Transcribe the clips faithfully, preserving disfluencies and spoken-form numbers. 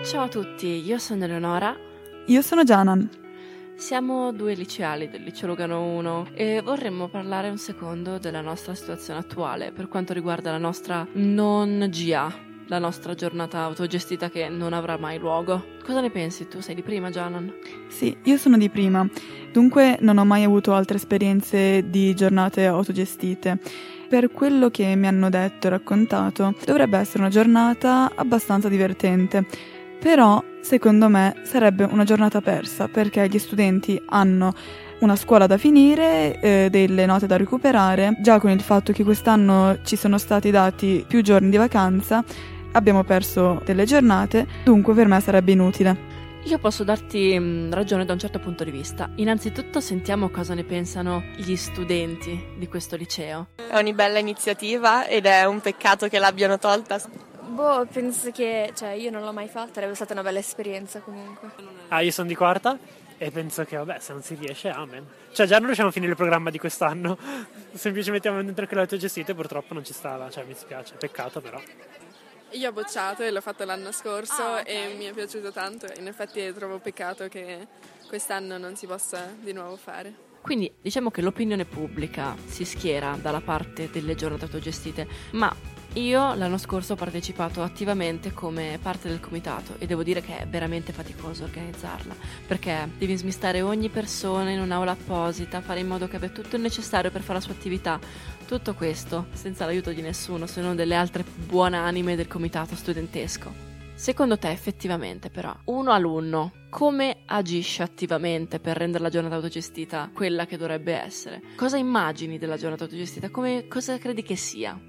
Ciao a tutti, io sono Eleonora. Io sono Gianan. Siamo due liceali del Liceo Lugano uno e vorremmo parlare un secondo della nostra situazione attuale per quanto riguarda la nostra non G A, la nostra giornata autogestita che non avrà mai luogo. Cosa ne pensi? Tu sei di prima, Gianan? Sì, io sono di prima, dunque non ho mai avuto altre esperienze di giornate autogestite. Per quello che mi hanno detto e raccontato, dovrebbe essere una giornata abbastanza divertente. Però, secondo me, sarebbe una giornata persa, perché gli studenti hanno una scuola da finire, eh, delle note da recuperare. Già con il fatto che quest'anno ci sono stati dati più giorni di vacanza, abbiamo perso delle giornate, dunque per me sarebbe inutile. Io posso darti mh, ragione da un certo punto di vista. Innanzitutto sentiamo cosa ne pensano gli studenti di questo liceo. È una bella iniziativa ed è un peccato che l'abbiano tolta. Boh, penso che, cioè, io non l'ho mai fatta, sarebbe stata una bella esperienza comunque. Ah, io sono di quarta e penso che, vabbè, se non si riesce, amen. Cioè, già non riusciamo a finire il programma di quest'anno. Semplicemente mettiamo dentro che l'autogestita e purtroppo non ci sta, cioè mi spiace, peccato però. Io ho bocciato e l'ho fatto l'anno scorso ah, okay. e mi è piaciuto tanto. In effetti trovo peccato che quest'anno non si possa di nuovo fare. Quindi diciamo che l'opinione pubblica si schiera dalla parte delle giornate autogestite, ma io l'anno scorso ho partecipato attivamente come parte del comitato e devo dire che è veramente faticoso organizzarla, perché devi smistare ogni persona in un'aula apposita, fare in modo che abbia tutto il necessario per fare la sua attività. Tutto questo senza l'aiuto di nessuno se non delle altre buone anime del comitato studentesco. Secondo te effettivamente però uno alunno come agisce attivamente per rendere la giornata autogestita quella che dovrebbe essere? Cosa immagini della giornata autogestita? Come, cosa credi che sia?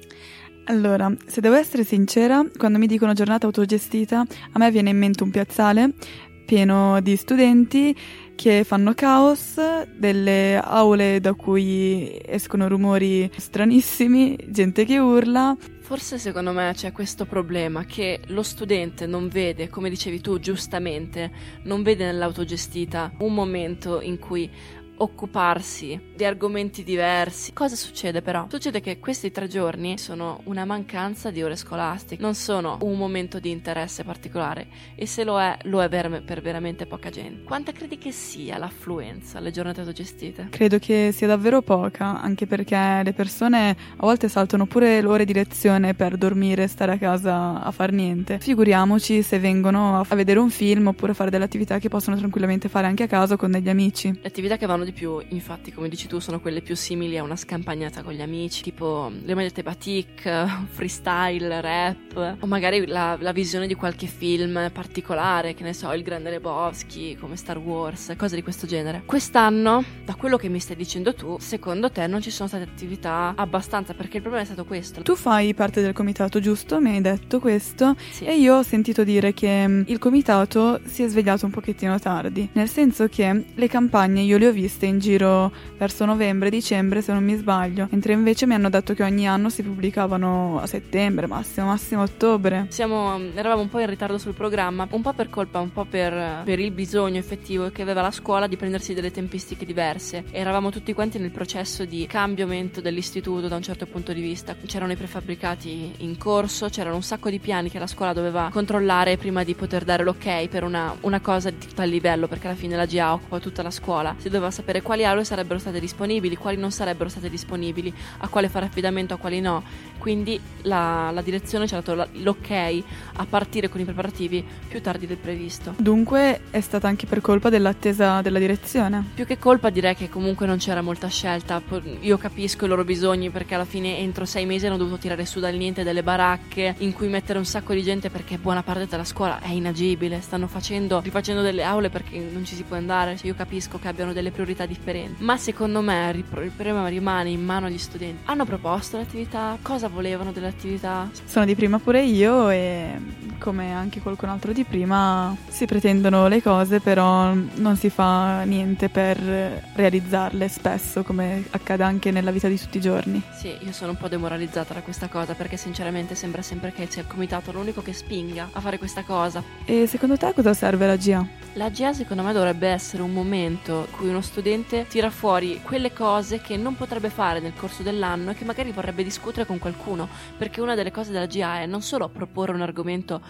Allora, se devo essere sincera, quando mi dicono giornata autogestita, a me viene in mente un piazzale pieno di studenti che fanno caos, delle aule da cui escono rumori stranissimi, gente che urla. Forse secondo me c'è questo problema che lo studente non vede, come dicevi tu giustamente, non vede nell'autogestita un momento in cui occuparsi di argomenti diversi. Cosa succede però? Succede che questi tre giorni sono una mancanza di ore scolastiche, non sono un momento di interesse particolare e se lo è, lo è ver- per veramente poca gente. Quanta credi che sia l'affluenza alle giornate autogestite? Credo che sia davvero poca, anche perché le persone a volte saltano pure le ore di lezione per dormire e stare a casa a far niente. Figuriamoci se vengono a vedere un film oppure fare delle attività che possono tranquillamente fare anche a casa con degli amici. Le attività che vanno di più, infatti, come dici tu, sono quelle più simili a una scampagnata con gli amici, tipo le magliette batik, freestyle, rap, o magari la, la visione di qualche film particolare, che ne so, il Grande Lebowski, come Star Wars, cose di questo genere. Quest'anno, da quello che mi stai dicendo tu, secondo te non ci sono state attività abbastanza, perché il problema è stato questo. Tu fai parte del comitato, giusto? Mi hai detto questo? Sì. E io ho sentito dire che il comitato si è svegliato un pochettino tardi, nel senso che le campagne io le ho viste in giro verso novembre, dicembre se non mi sbaglio, mentre invece mi hanno detto che ogni anno si pubblicavano a settembre, massimo massimo ottobre. Siamo, eravamo un po' in ritardo sul programma, un po' per colpa, un po' per, per il bisogno effettivo che aveva la scuola di prendersi delle tempistiche diverse. Eravamo tutti quanti nel processo di cambiamento dell'istituto da un certo punto di vista. C'erano i prefabbricati in corso, c'erano un sacco di piani che la scuola doveva controllare prima di poter dare l'ok per una, una cosa di tal livello, perché alla fine la G A occupa tutta la scuola. Si doveva sapere quali aule sarebbero state disponibili, quali non sarebbero state disponibili, a quale fare affidamento, a quali no. Quindi la, la direzione ci ha dato l'ok a partire con i preparativi più tardi del previsto. Dunque è stata anche per colpa dell'attesa della direzione? Più che colpa direi che comunque non c'era molta scelta. Io capisco i loro bisogni, perché alla fine entro sei mesi hanno dovuto tirare su dal niente delle baracche in cui mettere un sacco di gente, perché buona parte della scuola è inagibile. Stanno facendo, rifacendo delle aule perché non ci si può andare. Io capisco che abbiano delle priorità differenti, ma secondo me il problema rimane in mano agli studenti. Hanno proposto l'attività? Cosa volevano dell'attività? Sono di prima pure io e come anche qualcun altro di prima si pretendono le cose, però non si fa niente per realizzarle spesso, come accade anche nella vita di tutti i giorni. Sì, io sono un po' demoralizzata da questa cosa, perché sinceramente sembra sempre che sia il comitato l'unico che spinga a fare questa cosa. E secondo te cosa serve la G A? La G A secondo me dovrebbe essere un momento in cui uno studente tira fuori quelle cose che non potrebbe fare nel corso dell'anno e che magari vorrebbe discutere con qualcuno, perché una delle cose della G A è non solo proporre un argomento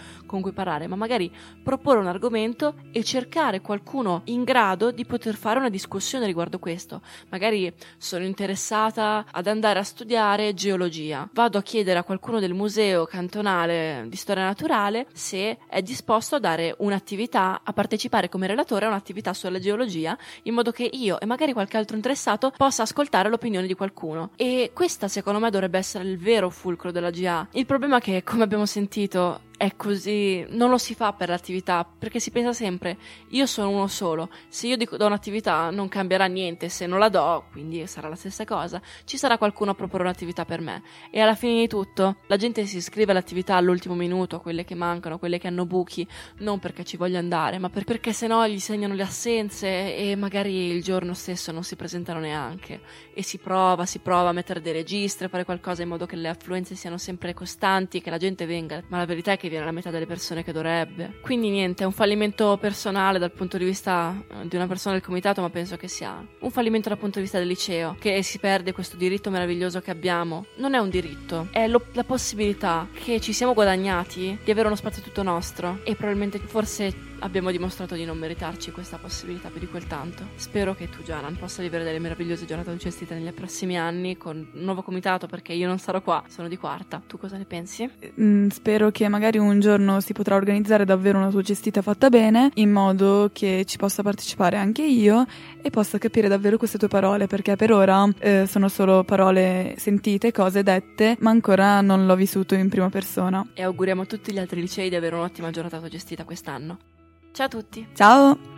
con cui parlare, ma magari proporre un argomento e cercare qualcuno in grado di poter fare una discussione riguardo questo. Magari sono interessata ad andare a studiare geologia, vado a chiedere a qualcuno del museo cantonale di storia naturale se è disposto a dare un'attività, a partecipare come relatore a un'attività sulla geologia, in modo che io e magari qualche altro interessato possa ascoltare l'opinione di qualcuno. E questa secondo me dovrebbe essere il vero fulcro della G A. Il problema è che, come abbiamo sentito, è così, non lo si fa per l'attività, perché si pensa sempre io sono uno solo, se io dico do un'attività non cambierà niente, se non la do quindi sarà la stessa cosa, ci sarà qualcuno a proporre un'attività per me, e alla fine di tutto la gente si iscrive all'attività all'ultimo minuto, quelle che mancano, quelle che hanno buchi, non perché ci voglia andare, ma per, perché sennò gli segnano le assenze e magari il giorno stesso non si presentano neanche, e si prova, si prova a mettere dei registri, a fare qualcosa in modo che le affluenze siano sempre costanti, che la gente venga, ma la verità è che viene la metà delle persone che dovrebbe. Quindi niente, è un fallimento personale dal punto di vista di una persona del comitato, ma penso che sia un fallimento dal punto di vista del liceo, che si perde questo diritto meraviglioso che abbiamo. Non è un diritto, è lo, la possibilità che ci siamo guadagnati di avere uno spazio tutto nostro, e probabilmente forse abbiamo dimostrato di non meritarci questa possibilità più di quel tanto. Spero che tu, Gianan, possa vivere delle meravigliose giornate gestite negli prossimi anni con un nuovo comitato, perché io non sarò qua, sono di quarta. Tu cosa ne pensi? Mm, spero che magari un giorno si potrà organizzare davvero una autogestita fatta bene, in modo che ci possa partecipare anche io e possa capire davvero queste tue parole, perché per ora eh, sono solo parole sentite, cose dette, ma ancora non l'ho vissuto in prima persona. E auguriamo a tutti gli altri licei di avere un'ottima giornata autogestita quest'anno. Ciao a tutti! Ciao!